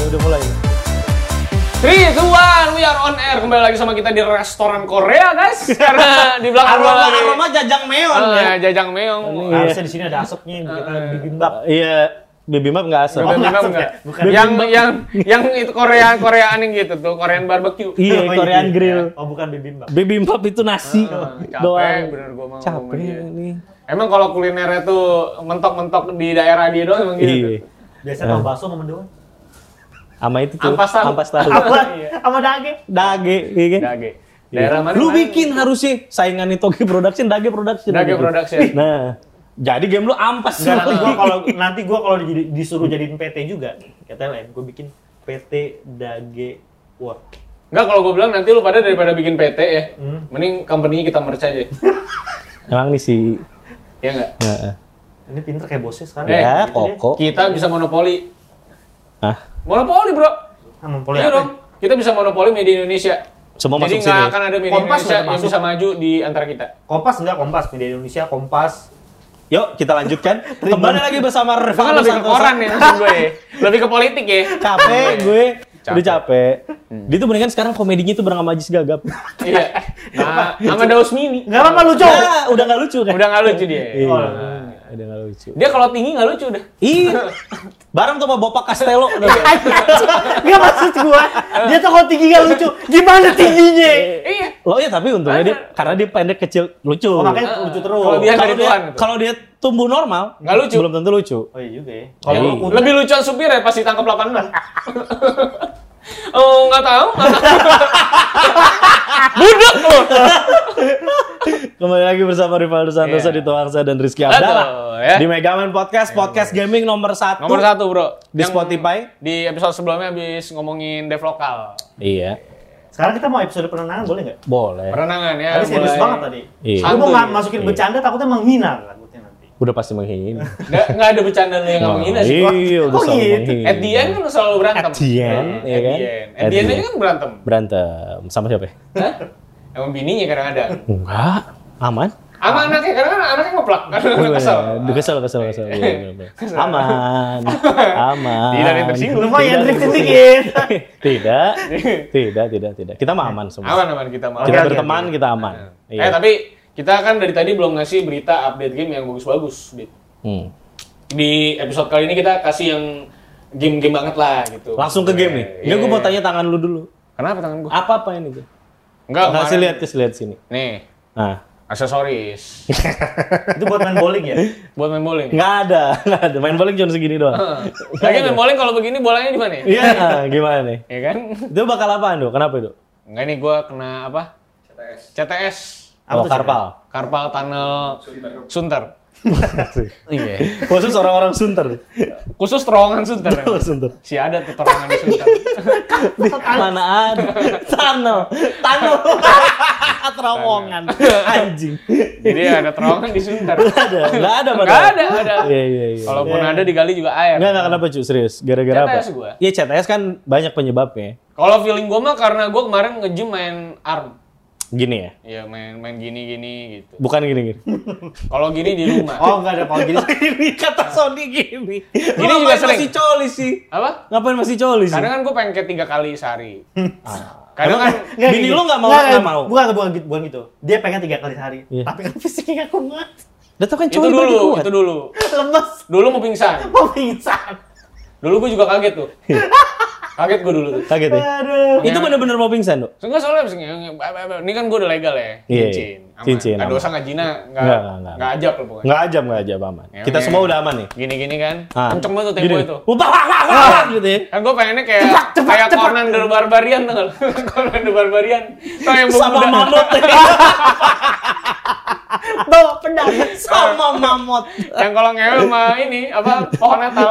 udah mulai. 3, 2, 1, we are on air. Kembali lagi sama kita di restoran Korea, guys. Karena di belakang aroma jajang meon ya. Jajang meong. Harusnya di sini ada asapnya kita bibimbap. Iya, bibimbap nggak asap. Bibimbap enggak. Yang itu Koreaan gitu tuh, Korean barbecue. Iya, Korean grill. Oh, bukan bibimbap. Bibimbap itu nasi Capek, doang. bener gua mau Capek ngomong dia. nih. Emang kalau kulinernya tuh mentok-mentok di daerah dia doang emang gitu. Iya. Biasanya kalau bakso sama mendoan. Sama itu tuh. Ampas tahu. Sama dage. Dage, iya kan? Dage. Daerah mana? Lu bikin harusnya saingan itu Toge Production, Dage Production. Dage Production. Nah, jadi game lu ampas. Nanti gua kalau disuruh jadiin PT juga, kata lain, gua bikin PT Dage War. Enggak, kalau gue bilang nanti lu pada daripada bikin PT ya, mending company-nya kita merge aja. Emang nih sih. Iya enggak? Heeh. Ini pinter kayak bosnya sekarang. Ya, Gitu Koko. Kita bisa monopoli. Hah? Monopoli, bro. Monopoli Iya apa? dong. Kita bisa monopoli media Indonesia. Semua Jadi masuk nggak sini. akan ada media Kompas Indonesia udah yang masuk. bisa maju di antara kita. Kompas enggak, Kompas media Indonesia, Kompas. Yuk, kita lanjutkan. Kembali lagi bersama Itu kan Rivaldo lebih ke Santosa. koran ya maksud gue. Lebih ke politik ya. Capek gue. Capek. Udah capek. Dia tuh mendingan sekarang komedinya tuh bareng sama Ajis Gagap. Iya. Nah, sama Daus Mini. Enggak apa lucu. Nah, udah nggak lucu kan? Udah nggak lucu dia. Iya. Oh. Udah nggak lucu. Dia kalau tinggi nggak lucu udah. Iya. Bareng tuh sama Bapak Castello. Enggak maksud gua. Dia tuh kalau tinggi enggak lucu. Gimana tingginya? Iya. Loh ya tapi untungnya dia karena dia pendek kecil lucu. Oh, makanya lucu terus. Kelebihan dari Kalau dia, Tuhan. Gitu. kalau dia tumbuh normal Nggak lucu. Belum tentu lucu. Oh iya juga ya. Kalau Kalau lu- Lebih lucuan supir ya pas ditangkap 86. Oh, nggak tahu. Budek loh. Kembali lagi bersama Rivaldo Santosa Iya. di Toangsa dan Rizky Abdallah Betul, ya. di Megaman Podcast, podcast gaming nomor 1 Nomor 1, bro. di Spotify. Di episode sebelumnya habis ngomongin dev lokal. Iya, sekarang kita mau episode penenangan boleh nggak? boleh. Perenangan ya. Tadi serius mulai- banget tadi. Iya. Lu mau Santuy. masukin bercanda takutnya menghina takutnya nanti. Udah pasti menghina. Nggak ada bercanda lu yang nggak menghina sih. Iya, udah Kok selalu gitu? menghina. At the end kan selalu berantem. At the end, iya kan? At the end aja kan berantem. Berantem sama siapa? Ya? Hah? Emang bininya kadang-kadang. Enggak, aman. Sama anaknya, kadang-kadang anaknya ngeplak. Kadang-kadang kesel. Kesel. Iya, bener. Aman. Tidak ada yang tersinggung. Lumayan Tidak. drifting dikit. Tidak. Kita mah aman semua. Aman kita mah. Kita Oke, berteman, oke. kita aman. Iya. Tapi kita kan dari tadi belum ngasih berita update game yang bagus-bagus, Dit. Di episode kali ini kita kasih yang game-game banget lah gitu. Langsung ke game nih. Enggak, gue mau tanya tangan lu dulu. Kenapa tangan gua? Apa ini tuh? Enggak, Kasih kemarin- lihat sini. Nih, Nah, aksesoris. Itu buat main bowling ya? Buat main bowling. nggak ada. Main bowling cuma segini doang. Lagi main bowling kalau begini bolanya di mana ya? Iya, gimana nih? Ya kan? Itu bakal apaan tuh? Kenapa itu? Enggak nih gua kena apa? CTS. Oh, tuh, karpal. Karpal Tunnel Sunter. Iya. Khusus orang-orang Sunter. Khusus terowongan Sunter. Oh, Sunter. Si ada tuh terowongan di Sunter. Mana ada? Tunnel. Terowongan. Anjing. Jadi ada terowongan di Sunter. Nggak ada Enggak ada. Iya. Kalaupun ada digali juga air. Nggak kenapa cuy, serius. Gara-gara apa? CTS gua. Iya, CTS kan banyak penyebabnya. Kalau feeling gua mah karena gua kemarin nge-gym main ARM. Gini ya? Iya, main gini gitu. Bukan gini. Kalau gini di rumah. Oh enggak ada kalau gini. Ini kata Sony gini. Gini juga sering. Masih coli sih. Apa? Ngapain masih coli sih? Kadang kan gua pengen kayak 3 kali sehari. Kadang kan Bini lu nggak mau? Bukan gitu. Dia pengen 3 kali sehari. Iya. Tapi kan fisiknya nggak kuat. Udah tau kan itu coli berarti dulu, kuat. itu dulu. Lemes. Dulu mau pingsan. Mau pingsan. Dulu gua juga kaget tuh. Kaget gua dulu tuh. Kaget ya? Aduh. Itu bener-bener mau pingsan, Dok? Enggak soalnya abis ini kan gua udah legal ya. Iya, Cincin. Aman. cincin, Nggak aman. dosa nggak zina, Nggak. nggak ajab loh pokoknya. Nggak ajab aman. Ya, Kita oke. semua udah aman nih. Gini-gini kan. Ah. Kenceng banget tuh tempo Gini. itu. Wah, gitu ya. Kan gue pengennya kayak Conan the Barbarian tuh kan. Conan the Barbarian. Tuh yang Sama berkuda. mamut. Bawa pedang. Sama mamut. Yang kalau ngewe sama ini apa pohon Natal.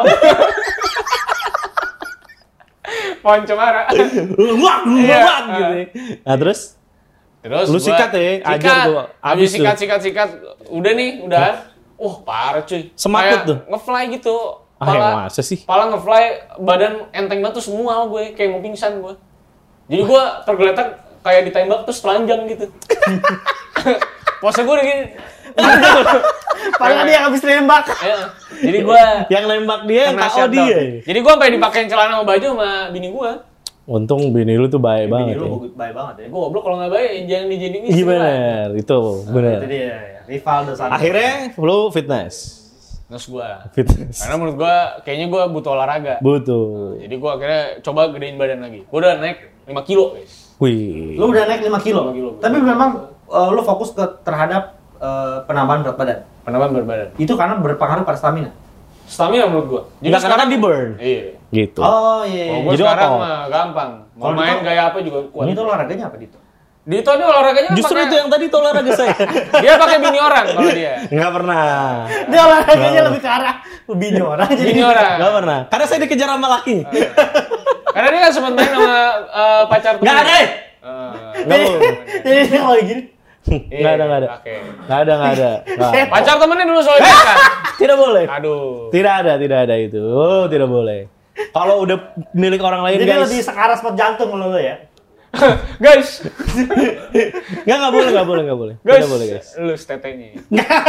Pohon cemara. Wah, Iya. gitu ya. Nah, terus? Terus Lu gua sikat ya, ajar gua. Habis Abis tuh. sikat. Udah nih, udah. Parah cuy. Semakut Kayak tuh. Nge-fly gitu. Yang masa sih? Pala nge-fly, badan enteng banget tuh semua gue, kayak mau pingsan gue. Jadi gue tergeletak kayak ditembak terus telanjang gitu. Pose gue udah gini. Padahal dia habis nembak. Jadi gue Yang nembak dia yang kena KO shutdown. dia. Jadi gue sampai dipakein celana sama baju sama bini gue. Untung bini lu tuh baik banget ya. Baik banget ya. Gue goblok kalau nggak baik jangan dijadiin istri Iya lah. bener, itu bener. Itu dia Rivaldo Santos. Akhirnya lu fitness. Terus gue. Fitness. Karena menurut gue kayaknya gue butuh olahraga. Butuh. Jadi gue akhirnya coba gedein badan lagi. Gue udah naik 5 kilo guys. Wih. Lu udah naik 5 kilo. 5 kilo. Tapi memang lu fokus terhadap penambahan berat badan. Penambahan berat badan. Itu karena berpengaruh pada stamina. Stamina menurut gue. Nggak, karena kan di burn. Iya. Gitu. Oh iya. Oh, gue Jadi sekarang otot. mah gampang. Mau Kalau main Dito- gaya apa juga kuat. Ini tuh olahraganya apa Dito? Dito ini olahraganya kan Justru pakai- itu yang tadi itu olahraga saya. dia pakai bini orang kalau dia. Nggak pernah. Dia olahraganya lebih ke arah bini orang jadi. Bini orang. Nggak pernah. Karena saya dikejar sama laki. Karena dia kan sempat main sama pacar tuh. Nggak ada. Jadi jadi dia kalau gini. Nggak ada, nggak ada. Oke. Nggak ada, nggak ada. Nggak. Pacar temennya dulu soalnya kan. Tidak boleh. Aduh. Tidak ada itu. Oh, tidak boleh. Kalau udah milik orang lain Jadi guys. lebih sekaras spot jantung kalau lu ya. Guys. Nggak boleh. Guys. Tidak boleh guys. Lu tetenya.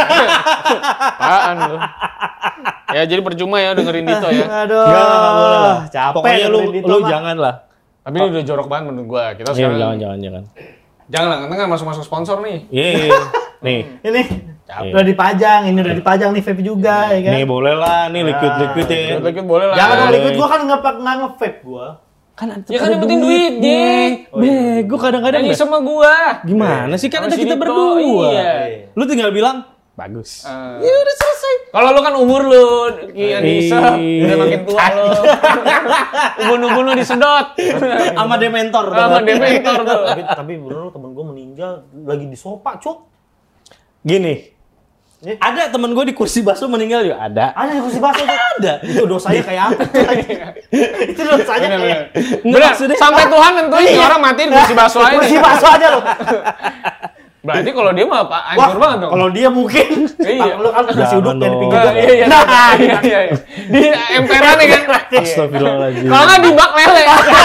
Apaan lu? Ya jadi percuma ya dengerin Dito ya. Aduh. Nggak boleh lah. Capek Pokoknya lu dengerin Dito, lu mah. jangan lah. Tapi ini udah jorok banget menurut gua. Kita Iya, sekarang jangan. jangan lah, kan masuk sponsor nih. Iya. Nih. Ini Capek. udah dipajang, ini udah dipajang nih vape juga ya kan. Nih boleh lah, nih liquid ya. Liquid boleh lah. Jangan dong Boleh. liquid gua kan nggak nge-vape gua. Kan Ya kan yang penting duit, Jek. Bego kadang-kadang Ini nggak- sama gua. Gimana sih kan Sama ada si kita Dito, berdua. iya. Lu tinggal bilang bagus. Ya udah selesai. Kalau lu kan umur lu kian diisep, udah makin tua lu. Ubun-ubun lu disedot. Sama dementor. Sama dementor tuh. Tapi bener temen gua meninggal lagi di sofa, Cuk. Gini. Ada temen gue di kursi bakso meninggal juga ada. Ada yang kursi bakso tuh. Ada. Itu dosanya kayak apa? Itu dosanya kayak Bener, maksudnya- sampai Tuhan nentuin si Iya. orang mati di kursi bakso aja. kursi bakso aja loh. Berarti kalau dia mah apa? Hancur banget dong. Kalau dia mungkin Iya. lu kan nasi Jangan uduk yang di dong. pinggir. Nah, iya. Nah, iya. Di emperan ya kan. Astagfirullahaladzim. Kalau nggak di bak lele.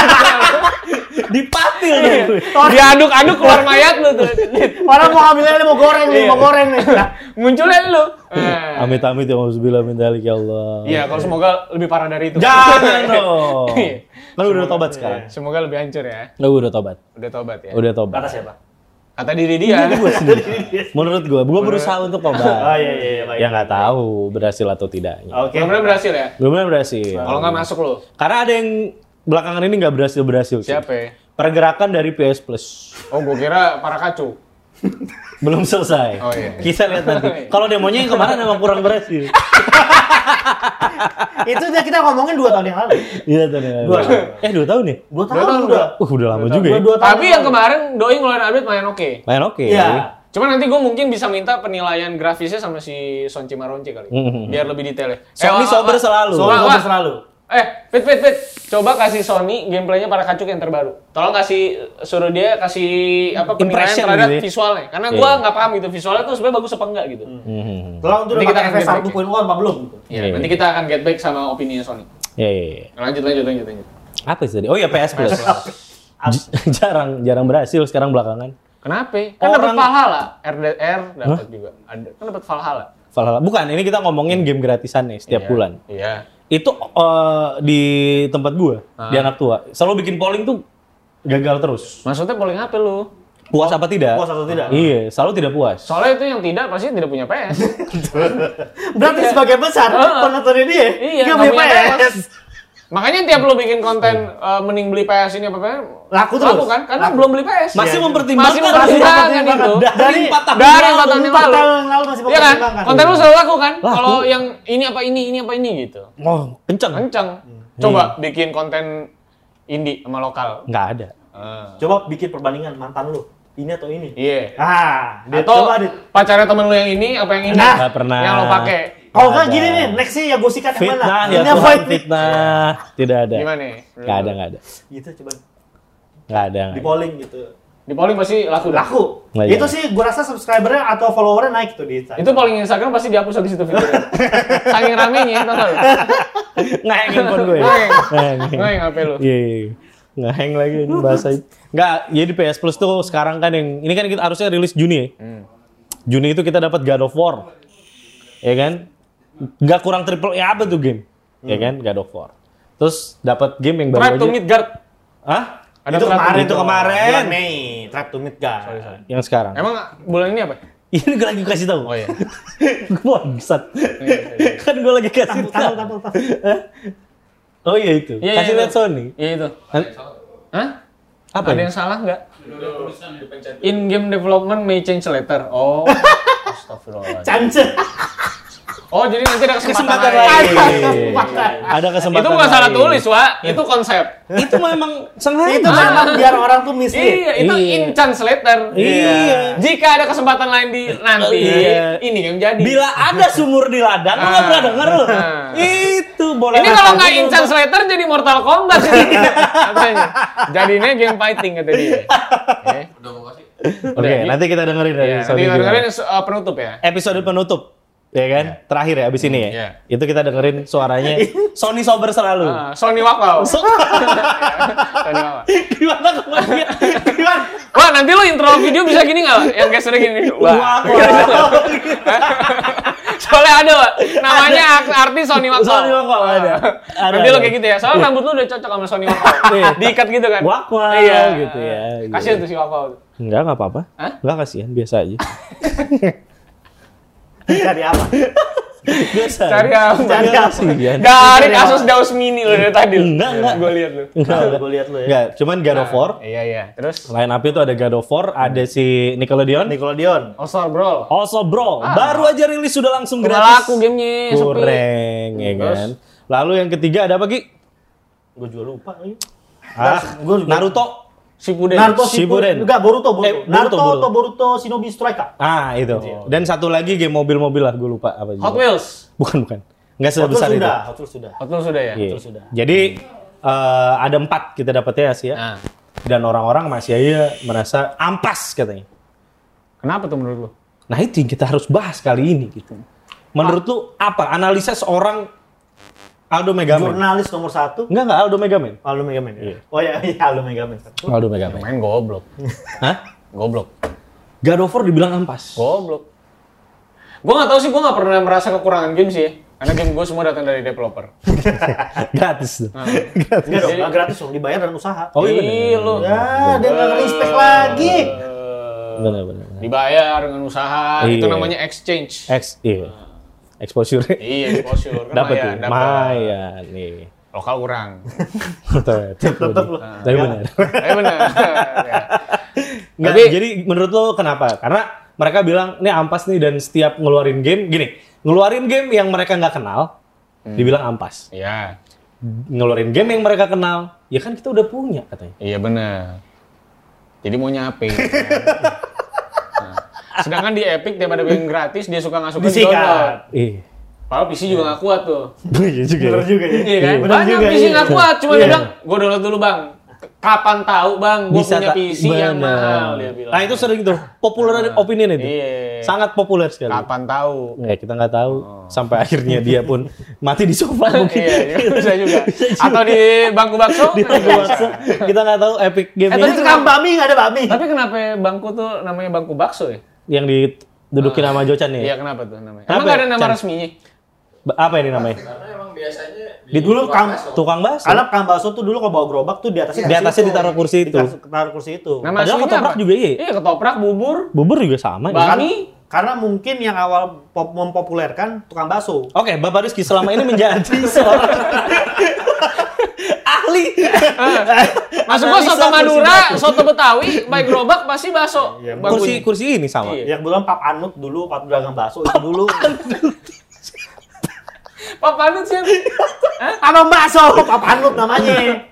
Dipatil dong. Diaduk-aduk keluar mayat lu tuh. orang mau ambil lele mau goreng nih, Iya. mau goreng nih. Nah, Munculnya lu. Amit-amit ya auzubillah min dzalik ya Allah. Iya, kalau semoga lebih parah dari itu. Jangan dong. Iya. Kan udah tobat sekarang. Semoga lebih hancur ya. Lu udah tobat. Udah tobat ya. Udah tobat. kata siapa? Kata diri dia. Menurut gua berusaha untuk tobat. Oh iya baik. Ya nggak tahu berhasil atau tidaknya. Oke. Mudah-mudahan berhasil ya. Belum berhasil. Kalau nggak masuk lu. Karena ada yang belakangan ini nggak berhasil sih. Siapa ya? Pergerakan dari PS Plus Oh, gua kira para kacu. belum selesai. Oh, iya. Kita lihat nanti. Kalau demonya yang kemarin emang kurang berhasil. Itu udah kita ngomongin 2 tahun yang lalu. Iya tadi. 2 tahun ya? 2 tahun tahun udah. Udah lama juga ya. 2 tahun. Tapi yang kemarin Doi ngeluarin update main oke. Main oke. Iya. Cuman nanti gue mungkin bisa minta penilaian grafisnya sama si Son Cimaronce kali. Biar lebih detail ya. Sony sober selalu. Soalnya selalu. Fit. Coba kasih Sony gameplaynya para kacuk yang terbaru. Tolong suruh dia kasih apa penilaian Impression terhadap gitu ya. visualnya. Karena gue nggak paham gitu visualnya tuh sebenarnya bagus apa enggak gitu. Tolong tuh Nanti udah kita pakai akan FS get back. 1.1 apa belum? Iya, nanti kita akan get back sama opininya Sony. Iya. Lanjut. Apa sih tadi? Oh ya PS Plus. jarang berhasil sekarang belakangan. Kenapa? Kan dapat Orang- Valhalla, RDR dapat juga. Ada kan dapat Valhalla. Valhalla. Bukan, ini kita ngomongin game gratisan nih setiap bulan. Iya. Itu di tempat gua, di anak tua. Selalu bikin polling tuh gagal terus. Maksudnya polling HP lu? Puas apa tidak? Puas atau tidak? Iya, selalu tidak puas. Soalnya itu yang tidak pasti tidak punya PS. Berarti sebagai besar penontonnya dia Iya, nggak nggak punya punya PS. Makanya tiap lu bikin konten mending beli PS ini apa Laku terus. kan? Karena belum beli PS. Masih Iya. mempertimbangkan. Masih mempertimbangkan itu. Dari 4 tahun. Dari lalu. 4 tahun yang 4 lalu. tahun yang lalu masih Iya kan? mempertimbangkan. Konten lu selalu laku kan? Laku. Kalau yang ini apa ini gitu. Oh, kenceng. Kenceng. Coba bikin konten indie sama lokal. Nggak ada. Coba bikin perbandingan mantan lu. Ini atau ini? Iya. Dit, Atau coba Dit. pacarnya temen lu yang ini apa yang ini? Nah. Nggak pernah. Yang lo pakai. Kalau Nggak nggak ada. gini nih, nextnya ya gue sikat yang mana? Fitnah ya Ini apa Tuhan, ini? fitnah. Tidak ada. Gimana nih? Nggak ada. Gitu coba Nggak ada. di polling gitu. Di polling pasti laku dah. Laku. Nggak Itu iya. sih gue rasa subscribernya atau followernya naik tuh di Instagram. Itu polling Instagram pasti dihapus habis itu videonya. Saking ramenya, tau gak? Ngeheng handphone gue. Ngeheng HP lu. Iya. Ngeheng lagi ini bahasa itu. Nggak, jadi PS Plus tuh sekarang kan yang ini kan kita harusnya rilis Juni ya. Juni itu kita dapat God of War. Ya kan? Nggak kurang triple ya apa tuh game? Ya kan? God of War. Terus dapat game yang baru Tribe to aja. Midgard. Hah? Ada itu Tribe to kemarin, Midgard. itu kemarin. Bulan Mei, Tribe to Midgard. Yang sekarang. Emang bulan ini apa? Ini gue lagi kasih tahu. Oh iya. Bangsat. Kan gue lagi kasih tahu. Hah? Oh iya itu. Iya, Kasih iya, lihat itu. Sony. Iya itu. Hah? Apa Ada ini? yang salah nggak? In-game development may change later. Oh. Astagfirullah. Cance. Oh, jadi nanti ada Kesempatan kesempatan lagi. lain. Ada kesempatan. Itu nggak salah lain. tulis, Wak. Itu konsep. Itu memang sengaja. Itu memang biar orang tuh mislead. Iya, itu Iya. in chance later. Iya. Jika ada kesempatan lain di nanti, Iya. ini yang jadi. Bila ada sumur di ladang, lu nggak pernah denger lu. Itu boleh. Ini kalau nggak in chance later jadi Mortal Kombat ini. Katanya. Jadinya game fighting kata dia. Oke, nanti kita dengerin dari Iya, Sony nanti juga. dengerin penutup ya. Episode penutup. Ya kan? Terakhir ya abis ini ya. Iya. Itu kita dengerin suaranya Sony sober selalu. Sony Wakau. Sony Wakau. Gimana kemarin? Gimana? Wah, nanti lu intro video bisa gini nggak? Yang gesternya gini. Wah. Soalnya ada, Wak. Namanya artis Sony Wakau. Sony Wakau ada. Nanti lo kayak gitu ya. Soalnya rambut lu udah cocok sama Sony Wakau. Diikat gitu kan. Wakau gitu ya. Kasihan tuh si Wakau. Enggak apa-apa. Hah? Enggak kasihan, biasa aja. Cari apa? Biasa. Cari apa? Cari apa? Kasihan. Dari kasus Daus Mini lo dari tadi. Enggak. Gue lihat lu. Gue lihat lu ya. Enggak, cuman God of War. Iya. Terus Line up itu ada God of War, ada si Nickelodeon. Nickelodeon. All-Star Brawl. Also bro, baru aja rilis sudah langsung Nggak gratis. laku gamenya, sepi. Kurang, ya Terus? kan. Lalu yang ketiga ada apa Ki? Gue juga lupa lagi. Gua Naruto. Shippuden. Naruto Shippuden. Enggak, Boruto. Naruto Boruto. atau Boruto Shinobi Striker. Itu. Dan satu lagi game mobil-mobil lah, gue lupa apa juga. Hot Wheels. Bukan. Nggak Hot Wheels sebesar itu. sudah, Hot Wheels sudah. Hot Wheels sudah ya? Iya. sudah. Jadi ada 4 kita dapetnya sih ya. Nah, Dan orang-orang masih aja merasa ampas katanya. kenapa tuh menurut lu? Nah itu yang kita harus bahas kali ini gitu. Menurut lu apa analisa seorang Aldo Megaman? Jurnalis nomor 1. Enggak Aldo Megaman. Aldo Megaman. Iya. Oh iya, Aldo Megaman. Aldo Megaman. Main goblok. Hah? Goblok. God of War dibilang ampas. Goblok. Gue nggak tahu sih, gue nggak pernah merasa kekurangan game sih ya. Karena game gue semua datang dari developer. Gratis tuh. Enggak dong, enggak gratis dong, dibayar dan usaha. Oh iya Iya lu. Ya, dia nggak respect lagi. Benar. Dibayar dengan usaha, itu Iya. namanya exchange. Iya. Exposure. Iya, exposure. Kan Dapat lumayan, tuh. dapat. Lumayan nih. Lokal kurang. Tetap lu. Tapi benar. Benar. Ya. Nggak, Tapi- jadi menurut lo kenapa? Karena mereka bilang ini ampas nih dan setiap ngeluarin game gini, ngeluarin game yang mereka nggak kenal, dibilang ampas. Iya. Ngeluarin game yang mereka kenal, ya kan kita udah punya katanya. Iya benar. Jadi mau nyape. Nah, sedangkan di Epic daripada game gratis dia suka nggak suka Disikat. download. Iya. Padahal PC juga nggak kuat tuh. Iya juga. Bener juga ya. Iya kan? Bener Banyak juga, PC iya. nggak kuat, cuma Iya. dia bilang, gue download dulu bang. Kapan tahu bang, gue punya PC yang bener. mahal dia bilang. Nah itu sering tuh popular opinion itu. Iya. Sangat populer sekali. Kapan tahu? Ya kita nggak tahu sampai akhirnya dia pun mati di sofa mungkin. Iya, bisa juga. Atau di bangku bakso? Di bangku bakso. Kita nggak tahu Epic Game tapi Itu kan Bami, nggak ada Bami. Tapi kenapa bangku tuh namanya bangku bakso ya? yang didudukin sama Jocan nih. Iya kenapa tuh namanya? Kenapa Emang nggak ada ya? nama Chan? resminya? Apa ini namanya? Karena emang biasanya Di Dulu tukang bakso. Karena Kang Bakso tuh dulu kalau bawa gerobak tuh di atasnya Di atasnya ditaruh kursi itu. Ditaruh kursi itu. Nama Padahal aslinya ketoprak apa? juga iya. Iya ketoprak, bubur, Bubur juga sama. Bang. ya? Bami. Karena mungkin yang awal mempopulerkan tukang bakso. Oke, Bapak Rizky selama ini menjadi seorang ahli. Masuk gua Analisa soto kursi Madura, bakso. soto Betawi, baik gerobak pasti bakso. Iya, Bangkunya. Kursi ini sama. Iya. Yang kebetulan Pap Anut dulu, Pak dagang bakso itu dulu. Pak Panut siapa? Hah? Abang bakso, Pap Anut namanya.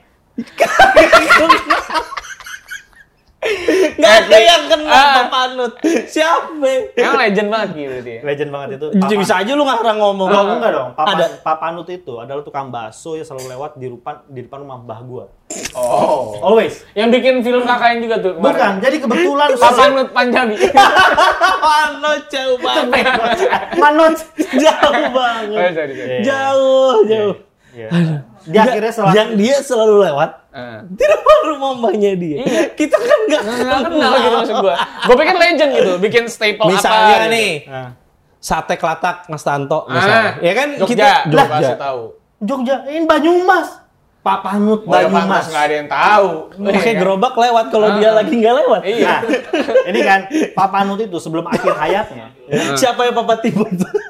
Nggak ada yang kenal Bapak Anut. Siapa? Emang legend banget gitu berarti ya? Legend banget itu. Jadi bisa aja lu ngarang ngomong. Oh, enggak dong. Ada. Pap Anut itu adalah tukang bakso yang selalu lewat di depan rumah mbah gua. Oh. Always. Yang bikin film KKN juga tuh. Bukan, jadi kebetulan Pak Panut Panjabi. Manut jauh banget. Manut. Jauh Oh, banget. sorry. Jauh. Iya. akhirnya selalu yang dia selalu lewat di depan rumah mbaknya dia. Iya. Kita kan nggak kenal gitu maksud gua. Gua pikir legend gitu, bikin staple misalnya apa. nih, Nah. sate kelatak Mas Tanto misalnya. Ya kan Jogja, kita Jogja. Kasih tahu. Jogja, ini Banyumas. Pak Panut Banyumas. Nggak ada yang tahu. pakai gerobak lewat kalau dia lagi nggak lewat. Iya. Nah, ini kan Pak Panut itu sebelum akhir hayatnya. Siapa yang Papa Tibob?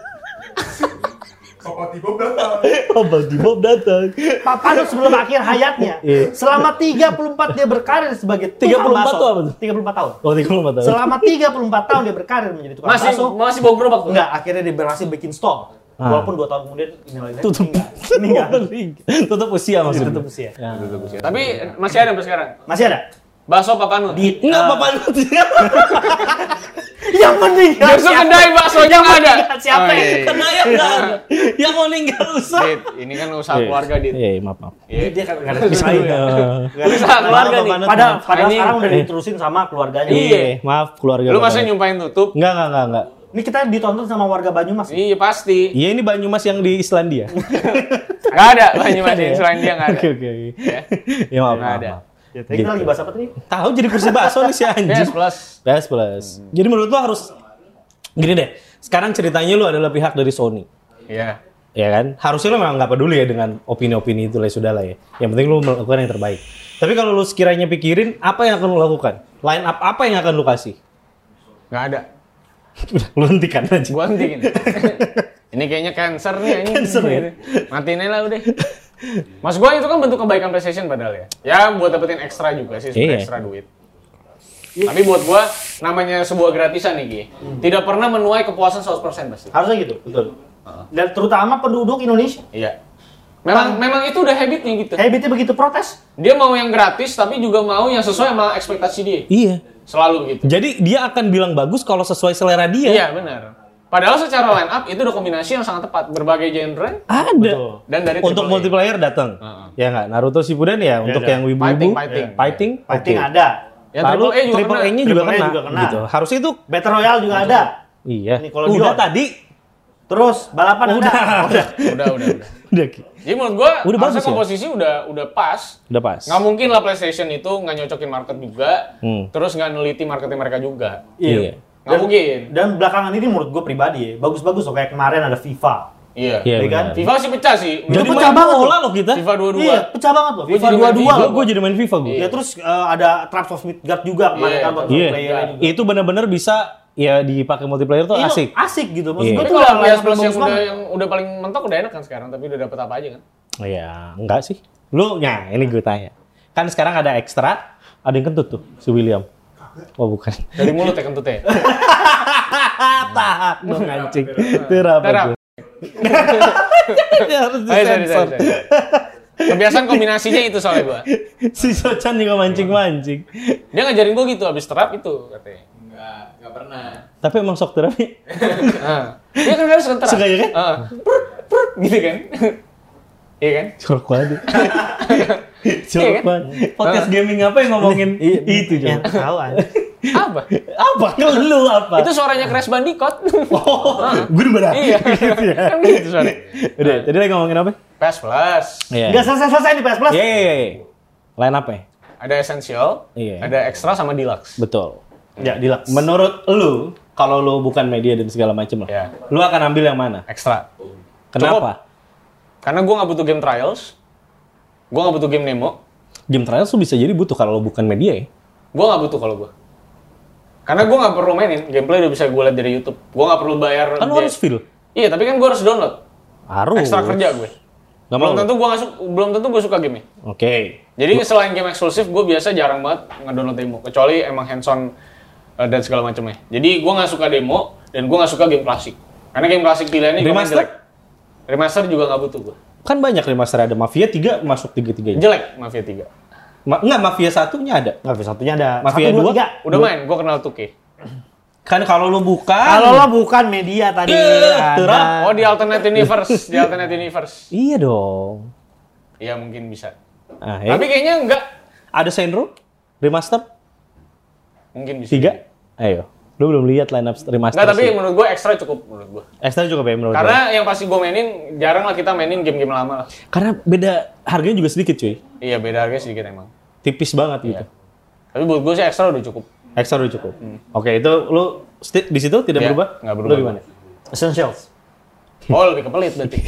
Papa Tibob datang. Papa Tibob datang. Pak Panut sebelum akhir hayatnya. Iya. Selama 34 dia berkarir sebagai 34 tukang bakso. tuh apa tuh? 34 tahun. Oh, 34 tahun. Selama 34 tahun dia berkarir menjadi tukang bakso. Masih bawa gerobak tuh. Enggak, akhirnya dia berhasil bikin store. Walaupun 2 tahun kemudian ini Tutup. meninggal. Tutup usia maksudnya. Tutup usia. Ya. Tapi masih ada sampai sekarang. Masih ada? Bakso Papanut. Enggak Papa Nut. Yang meninggal Besok kedai baksonya nggak ada. Siapa? Oh, iya, iya. Kenanya enggak ada. Yang mau ninggal usah. Dit, ini kan usaha keluarga, Dit. Iya, maaf. Iya. Dia kan enggak ada pisahin. Usaha keluarga nih. Padahal Ini- sekarang udah diterusin sama keluarganya. Iya, maaf keluarga. Lu Bapak. masa nyumpahin tutup? Enggak. Ini kita ditonton sama warga Banyumas. Iya pasti. Iya, ini Banyumas yang di Islandia. Nggak ada Banyumas yang selain dia nggak ada. Oke. Ya maaf. Nggak ada. Ya, tadi kita lagi bahas apa tadi? Tahu jadi kursi bakso nih si anjing. PS Plus. PS. Jadi menurut lu harus gini deh. Sekarang ceritanya lu adalah pihak dari Sony. Iya. Ya kan? Harusnya lu memang nggak peduli ya dengan opini-opini itu lah sudah lah ya. Yang penting lu melakukan yang terbaik. Tapi kalau lu sekiranya pikirin apa yang akan lu lakukan? Line up apa yang akan lu kasih? Nggak ada. Udah, lu hentikan aja. Gua henti gini. Ini kayaknya cancer nih anjing. Cancer ya? Matiin aja lah udah. Mas gua itu kan bentuk kebaikan PlayStation padahal ya. Ya buat dapetin ekstra juga sih, Iya. ekstra duit. Tapi buat gua namanya sebuah gratisan nih, Gi. Tidak pernah menuai kepuasan 100% pasti. Harusnya gitu, betul. Dan terutama penduduk Indonesia. Iya. Memang itu udah habitnya gitu. Habitnya begitu protes. Dia mau yang gratis tapi juga mau yang sesuai sama ekspektasi dia. Iya. Selalu gitu. Jadi dia akan bilang bagus kalau sesuai selera dia. Iya, benar. Padahal secara line up itu udah kombinasi yang sangat tepat, berbagai genre Ada. Betul. dan dari Untuk AAA. multiplayer datang. Ya nggak? Naruto Shippuden ya untuk ada. yang wibu-wibu. Fighting. Fighting oke. ada. Yang Lalu AAA juga triple kena. A-nya juga Triple A kena. juga kena. Gitu. Harusnya itu Battle Royale juga ada. iya. Nickelodeon. Udah tadi. Terus balapan ada. Udah. Udah. Jadi menurut gua Udah harusnya bagus ya? komposisi udah pas. Udah pas. Nggak mungkin lah PlayStation itu nggak nyocokin market juga, Hmm. terus nggak neliti marketing mereka juga. Iya. Nggak mungkin. Dan belakangan ini menurut gue pribadi ya, bagus-bagus loh. Kayak kemarin ada FIFA. Iya. Iya Iya kan? benar. FIFA sih pecah sih. Jadi Itu main pecah banget bola loh. loh kita. FIFA 22. Iya, pecah banget loh. Gua FIFA jadi main 22 FIFA. loh. Gue jadi main FIFA gue. Ya terus ada Traps of Midgard juga kemarin Iya, kan buat Iya. player juga. Itu benar-benar bisa ya dipakai multiplayer tuh Iya, asik. asik gitu. Maksud Iya. gue Tapi tuh kalau yang PS Plus bagus banget. yang udah paling mentok udah enak kan sekarang, tapi udah dapet apa aja kan? Iya, enggak sih. Lu, nah ini gue tanya. Kan sekarang ada ekstra, ada yang kentut tuh, si William. Oh bukan. Dari mulut ya kentutnya. Tahak dong anjing. Terap. Terap. Harus Sorry. disensor. Kebiasaan kombinasinya itu soalnya gua. Si Socan juga mancing-mancing. Dia ngajarin gua gitu habis terap itu katanya. Enggak pernah. Tapi emang sok terapi. Dia kan harus terap. Suka ya kan? Prut, gitu kan. Iya kan? Jorok banget. Iya Jorok kan? banget. Podcast gaming apa yang ngomongin itu Ya, Jorok? tahu aja. Apa? Apa? Lu apa? Itu suaranya Crash Bandicoot. Oh, gue udah benar. Iya. Kan gitu suaranya. Udah, tadi lagi ngomongin apa? PS Plus. Iya. Enggak selesai nih PS Plus. Iya. Line up ya? Ada Essential, Iya. ada Extra sama Deluxe. Betul. Ya, deluxe. Menurut lu, kalau lu bukan media dan segala macam lah, Iya. lu akan ambil yang mana? Extra. Kenapa? Karena gua nggak butuh game trials. Gua nggak butuh game Nemo. Game trials tuh bisa jadi butuh kalau lu bukan media ya. Gua nggak butuh kalau gua. Karena gua nggak perlu mainin, gameplay udah bisa gua lihat dari YouTube. Gua nggak perlu bayar. Kan lu harus feel. Iya, tapi kan gua harus download. Harus. Ekstra kerja gue. Gak Belum mau. tentu gua suka game-nya. Oke. Jadi selain game eksklusif, gue biasa jarang banget ngedownload demo. Kecuali emang hands-on dan segala macamnya. Jadi gue nggak suka demo dan gue nggak suka game klasik. Karena game klasik pilihannya juga Remaster? jelek. Remaster juga nggak butuh gue. Kan banyak remaster, ada Mafia 3 masuk 3-3 nya. Jelek Mafia 3. Enggak, Mafia 1-nya ada. Nggak, satunya ada. Mafia 1, 2, 2? 3. Udah main, gue kenal 2K. Kan kalau lu bukan. Kalau lo bukan media tadi. terap. ada. Oh di alternate universe, di alternate universe. Iya dong. Iya mungkin bisa. Ah, ya. Tapi kayaknya enggak. Ada Senro remaster Mungkin bisa. 3. Ayo. Lu belum lihat line up remaster. Enggak, tapi sih. menurut gue ekstra cukup menurut gue. Extra cukup ya menurut Karena yang pasti gue mainin, jarang lah kita mainin game-game lama lah. Karena beda harganya juga sedikit cuy. Iya, beda harganya sedikit emang. Tipis banget gitu. Tapi buat gue sih ekstra udah cukup. Extra udah cukup. Oke, itu lu di situ tidak Iya, berubah? nggak berubah. Lu gimana? Essentials. Oh, lebih kepelit berarti.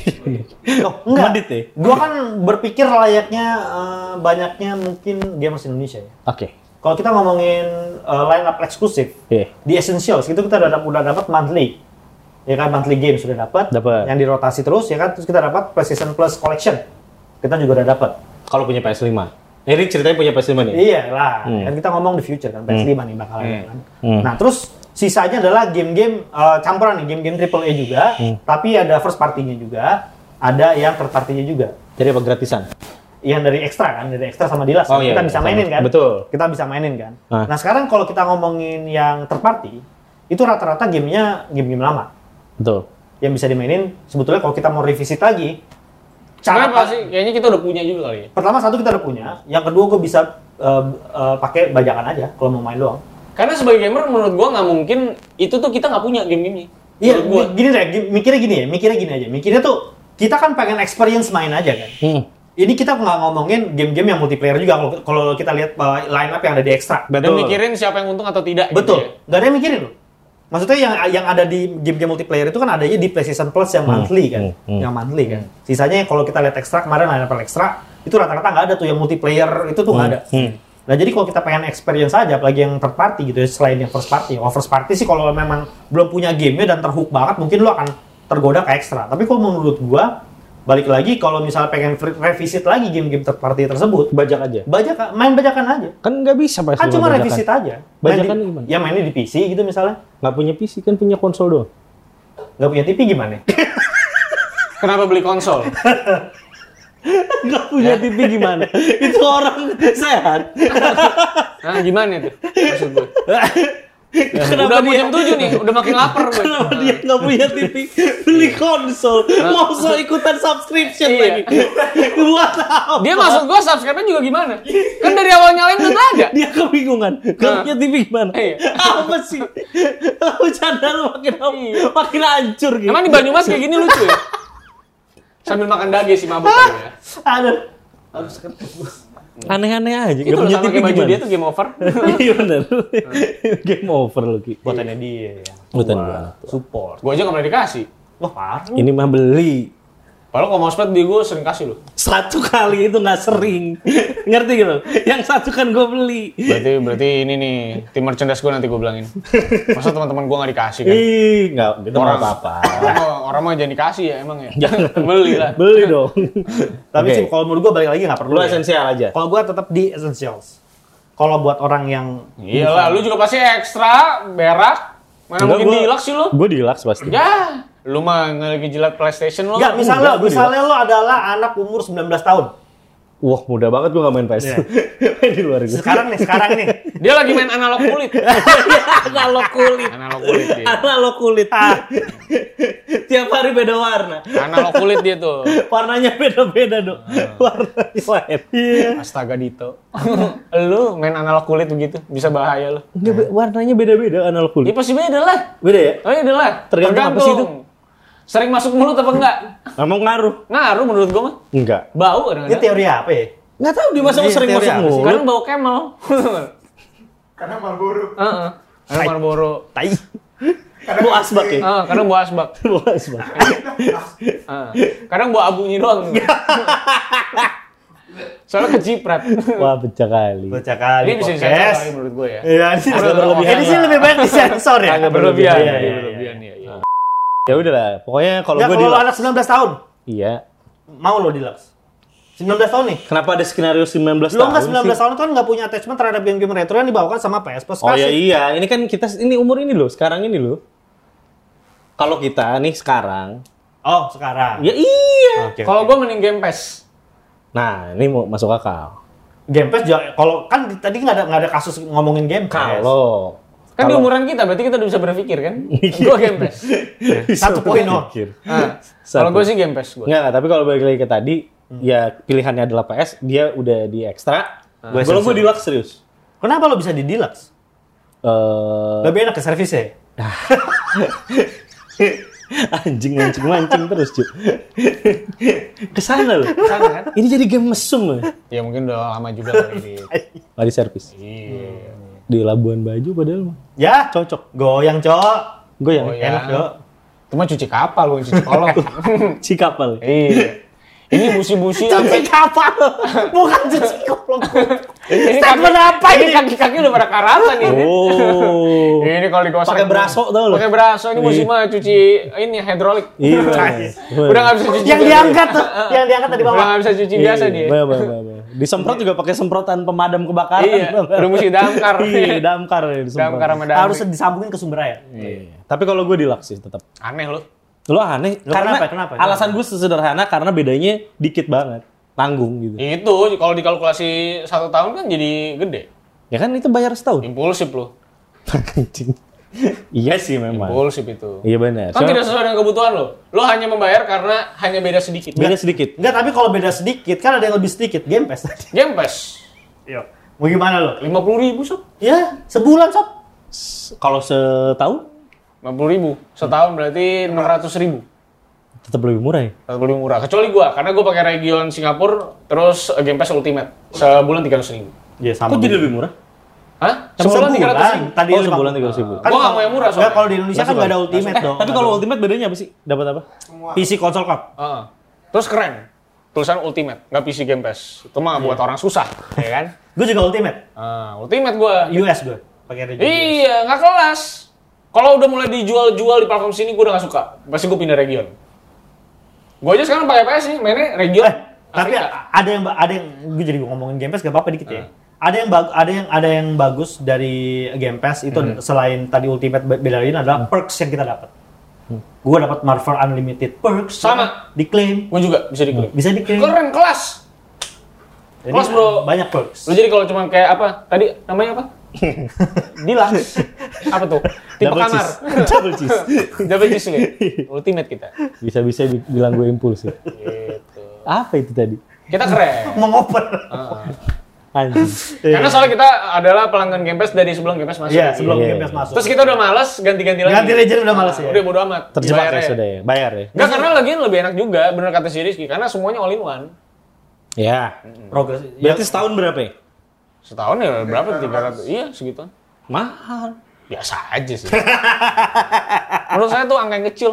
Oh, enggak. Medit ya? Gua kan berpikir layaknya banyaknya mungkin gamers Indonesia ya. Oke. Kalau kita ngomongin line up eksklusif Iya. di Essentials itu kita udah dapat monthly. Ya kan monthly game sudah dapat. Dapat. Yang dirotasi terus ya kan, terus kita dapat PlayStation Plus Collection. Kita juga udah dapat. Kalau punya PS5. Ini ceritanya punya PS5 nih. Iya lah, kan kita ngomong di future kan, PS5 nih bakal ada kan. Nah, terus sisanya adalah game-game campuran nih, game-game AAA juga, tapi ada first party-nya juga, ada yang third party-nya juga. Jadi apa gratisan? Yang dari ekstra kan, dari ekstra sama Dilas Oh, kan, iya, kita iya, bisa sama. mainin kan. Betul. Kita bisa mainin kan. Ah. Nah, sekarang kalau kita ngomongin yang third party, itu rata-rata gamenya game-game lama. Betul. Yang bisa dimainin, sebetulnya kalau kita mau revisit lagi, Kenapa sih? Kayaknya kita udah punya juga kali ya. pertama satu kita udah punya, yang kedua gue bisa pakai bajakan aja kalau mau main doang. Karena sebagai gamer menurut gua nggak mungkin itu tuh kita nggak punya game-gamenya. Iya, Menurut gua. gini deh, mikirnya gini aja. Mikirnya tuh kita kan pengen experience main aja kan. Ini kita nggak ngomongin game-game yang multiplayer juga kalau kita lihat line up yang ada di ekstra. Dan mikirin siapa yang untung atau tidak. Betul, Gitu ya. nggak ada yang mikirin loh. Maksudnya yang ada di game-game multiplayer itu kan adanya di PlayStation Plus yang monthly kan, yang monthly kan. Sisanya kalau kita lihat ekstra kemarin line up ekstra itu rata-rata nggak ada tuh yang multiplayer itu tuh nggak ada. Nah jadi kalau kita pengen experience aja, apalagi yang third party gitu ya, selain yang first party. Oh first party sih kalau memang belum punya gamenya dan terhook banget, mungkin lo akan tergoda ke ekstra. Tapi kalau menurut gua, balik lagi kalau misalnya pengen revisit lagi game-game third party tersebut, Bajak aja. main bajakan aja. Kan nggak bisa PS5 Kan cuma bajakan. revisit aja. Bajakan Main gimana? Ya mainnya di PC gitu misalnya. Nggak punya PC kan punya konsol doang. Nggak punya TV gimana? Kenapa beli konsol? Nggak punya TV gimana? Itu orang sehat. Nah, gimana tuh? Maksud gue. Kenapa Udah mau dia? jam 7 nih, udah makin lapar gue. Kenapa dia nggak punya TV? Beli konsol. Mau so ikutan subscription Iya. lagi. Buat apa? Dia maksud gue subscribe-nya juga gimana? Kan dari awal nyalain udah nggak ada. Dia kebingungan. Nggak punya TV gimana? Iya. Apa sih? Bercanda lu makin hancur gitu. Emang di Banyumas kayak gini lucu ya? Sambil makan dage sih mabuk kali ya. Aduh. Aneh-aneh aja. Itu loh sama kayak baju dia tuh game over. Iya benar. Game over lu Ki. Buatannya dia ya. Buatan gua. Support. Gue aja nggak pernah dikasih. Wah parah. Ini mah beli. Padahal kalau mousepad di gue sering kasih loh. Satu kali itu nggak sering. Ngerti gitu? Yang satu kan gue beli. Berarti ini nih tim merchandise gue nanti gue bilangin. Masa teman-teman gue nggak dikasih kan? Ih, nggak, gitu nggak apa-apa. Orang mah jangan dikasih ya emang ya. Beli lah. Beli dong. Tapi Oke. sih kalau menurut gua balik lagi nggak perlu. Lu ya. esensial aja. Kalau gua tetap di essentials. Kalau buat orang yang Iyalah, lu juga pasti ekstra, berak. Mana Enggak, mungkin gua- deluxe sih lu? Gue deluxe pasti. Ya, lu mah lagi jilat PlayStation lu. Enggak, enggak, gua misalnya lo adalah anak umur 19 tahun. Wah, mudah banget gue nggak main PS. Iya. Main di luar gue. Sekarang nih. Dia lagi main analog kulit. Analog kulit. Analog kulit dia. Analog kulit. Tiap hari beda warna. Analog kulit dia tuh. Warnanya beda-beda dong. Warnanya lain. Iya. Astaga Dito. Lu main analog kulit begitu, bisa bahaya lu. Warnanya beda-beda analog Ya kulit. pasti beda lah. Beda ya? Oh iya lah. Tergantung apa sih itu? Sering masuk mulut apa enggak? Emang ngaruh? Ngaruh menurut gua mah. Enggak. Bau Ini kadang-kadang. teori apa ya? Nggak tahu dia masa Ini sering teori masuk apa sih? mulut. Kadang bau Camel. Karena Marlboro. Heeh. Kadang Marlboro. Tai. Bau asbak ya? Kadang bau asbak. Bau asbak. Kadang bau abunya doang. Soalnya keciprat. Wah, pecah kali. Baca kali Ini bisa disensor podcast. kali menurut gue ya. Iya, ini Agak berlebihan Ini sih lah. lebih baik disensor ya. Agak Berlebihan. Iya, iya, Berlebihan ya. Ya udahlah, pokoknya kalau Ya gue kalau di lo anak 19 tahun, Iya. mau lo deluxe. 19 tahun nih. Kenapa ada skenario 19 Lo tahun nggak 19 sih? tahun itu kan nggak punya attachment terhadap game-game retro yang dibawakan sama PS Plus. Oh ya Classic. iya, ini kan kita ini umur ini loh, sekarang ini loh. Kalau kita nih sekarang, Oh, sekarang. ya iya. Oke, Kalau oke. gue mending Game Pass. Nah, ini mau masuk akal. Game Pass kalau kan tadi nggak ada kasus ngomongin Game Pass. Kalau Kan di kalau- umuran kita, berarti kita udah bisa berpikir kan? Gue Game Pass. Satu poin, oh. Pikir. Nah, Satu. kalau gue sih Game Pass gue. Enggak, tapi kalau balik lagi ke tadi, ya pilihannya adalah PS, dia udah di ekstra. Kalau gue deluxe serius. Kenapa lo bisa di deluxe? Lebih enak ke servis ya? Anjing mancing terus, Cuk. Kesana loh. Sana kan? Ini jadi game mesum loh. Ya mungkin udah lama juga kali ini. Nggak di servis. Iya. Di Labuan Bajo padahal mah. Ya, Cocok. goyang, Cok. Gue yang Oh, ya. Enak, Cok. Itu mah cuci kapal, bukan cuci kolong. Cikapal. Iya. Ini busi-busi Cuci kapal, bukan cuci kolong. Ini Statement apa ini? kaki-kaki udah pada karatan ini. Oh. Ini kalau digosok Pakai braso tau lo. Pakai braso ini musim mah cuci ini hidrolik. Iya. Udah nggak bisa cuci. Yang juga diangkat tuh, yang diangkat tadi dia. Udah bawah. nggak bisa cuci biasa dia. Bener. Disemprot juga pakai semprotan pemadam kebakaran. Iya. Udah mesti damkar. Iya, damkar ya disemprot. Damkar sama damai. Harus disambungin ke sumber air. Iya. Tapi kalau gue deluxe sih tetap. Aneh lo. Lo aneh Lo karena kenapa? alasan gue sederhana karena bedanya dikit banget. Tanggung gitu. Itu kalau dikalkulasi 1 tahun kan jadi gede. Ya kan itu bayar setahun. Impulsif lo. Anjing. Iya sih memang. Impulsif itu. Iya benar. Kan tidak sesuai dengan kebutuhan lo. Lo hanya membayar karena hanya beda sedikit. Beda sedikit. Enggak, tapi kalau beda sedikit, kan ada yang lebih sedikit. Game Pass tadi. Game Pass. Iya. Mau gimana lo? 50.000 sob. Ya, sebulan, Sob. Kalau setahun 50.000. Setahun berarti 600.000. tetap lebih murah ya. Lebih murah. Kecuali gua, karena gua pakai region Singapura, terus Game Pass Ultimate. Sebulan 300.000. Iya, sama. Kok jadi lebih murah? Hah? Sebulan 300.000. Tadi Oh, 50. sebulan 300.000. Kan Gua nggak mau yang murah soalnya. Enggak, kalau di Indonesia kan nggak ada Ultimate dong. Tapi kalau Ultimate bedanya apa sih? Dapat apa? PC Console Cup. Heeh. Terus keren. Tulisan Ultimate, nggak PC Game Pass. Itu mah buat orang susah, ya kan? Gue juga Ultimate. Ultimate gua. US gue. Pakai region. Iya, nggak kelas. Kalau udah mulai dijual-jual di platform sini, gua udah nggak suka. Pasti gua pindah region. Gua aja sekarang pakai PS nih, mainnya region. Tapi Afrika. ada yang gue jadi ngomongin Game Pass gak apa-apa dikit ya. Ada yang bagus dari Game Pass itu selain tadi Ultimate beda lain adalah perks yang kita dapat. Gue dapat Marvel Unlimited perks. Sama. Diklaim. Gua juga bisa diklaim. Bisa diklaim. Keren kelas. Jadi kelas, bro. Banyak perks. Lu jadi kalau cuma kayak apa? Tadi namanya apa? Deluxe. Apa tuh? Tipe Double kamar. cheese. Double cheese. Double cheese ya. Ultimate kita. Bisa-bisa bilang gue impuls ya. Gitu. Apa itu tadi? Kita keren. Mengoper. Anjing. Karena soalnya kita adalah pelanggan Game Pass dari sebelum Game Pass masuk. Iya, sebelum Iya, Game Pass iya. masuk. Terus kita udah malas ganti-ganti lagi. Ganti legend udah males ya. Udah bodo amat. Terjebak Bayar ya aja. sudah ya. Bayar ya. Enggak, karena lagian lebih enak juga, bener kata si Rizky. Karena semuanya all in one. Ya. Progres. Berarti setahun berapa ya? Setahun ya berapa? 300? Iya, segituan. Mahal. Biasa aja sih. Menurut saya tuh angka yang kecil.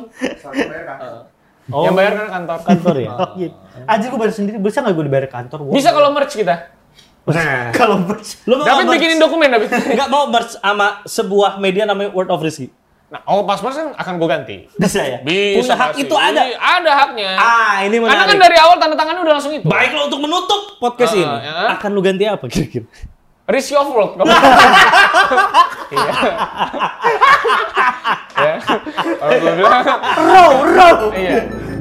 Oh, Yang bayar kan kantor. kantor ya? Oh, gitu. Anjir gue bayar sendiri, bisa nggak gue dibayar kantor? Wow. Bisa kalau merch kita. Kalau merch. Lu mau David merch- bikinin dokumen, David. Nggak mau merch sama sebuah media namanya Word of Rizky? Nah, pas kan akan gue ganti. Bisa ya? Bisa. Punya hak pasti. itu ada? Iya, ada haknya. Ini Karena menarik. kan dari awal tanda tangannya udah langsung itu. Baiklah untuk menutup podcast ini. Ya. Akan lu ganti apa kira-kira? Risk of world. Iya. Ya. Kalau gue bilang, Row. iya.